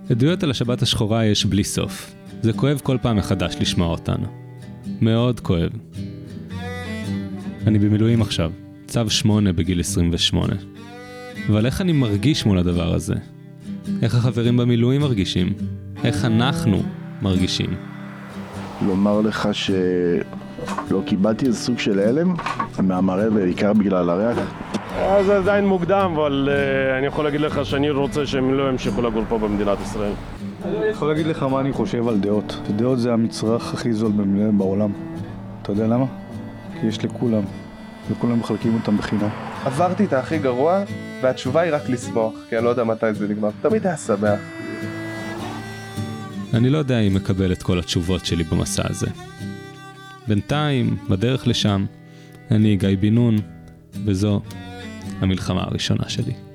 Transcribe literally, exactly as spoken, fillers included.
עדויות על השבת השחורה יש בלי סוף. זה כואב כל פעם מחדש לשמוע אותנו. מאוד כואב. אני במילואים עכשיו, צו שמונה בגיל עשרים ושמונה. אבל איך אני מרגיש מול הדבר הזה? איך החברים במילואים מרגישים? איך אנחנו מרגישים? לומר לך שלא קיבלתי איזה סוג של הלם מהמראה בעיקר בגלל הריח. אז זה עדיין מוקדם, אבל uh, אני יכול להגיד לך שאני רוצה שהם לא ימשיכו לגור פה במדינת ישראל. אני יכול להגיד לך מה אני חושב על דעות. דעות זה המצרך הכי זול בעולם. אתה יודע למה? כי יש לכולם, וכולם מחלקים אותם בחינם. עברתי את הכי גרוע, והתשובה היא רק לסמוך, כי אני לא יודע מתי זה נגמר. תמיד היה שמח. אני לא יודע אם מקבל את כל התשובות שלי במסע הזה. בינתיים, בדרך לשם, אני גיא בן נון, וזו המלחמה הראשונה שלי.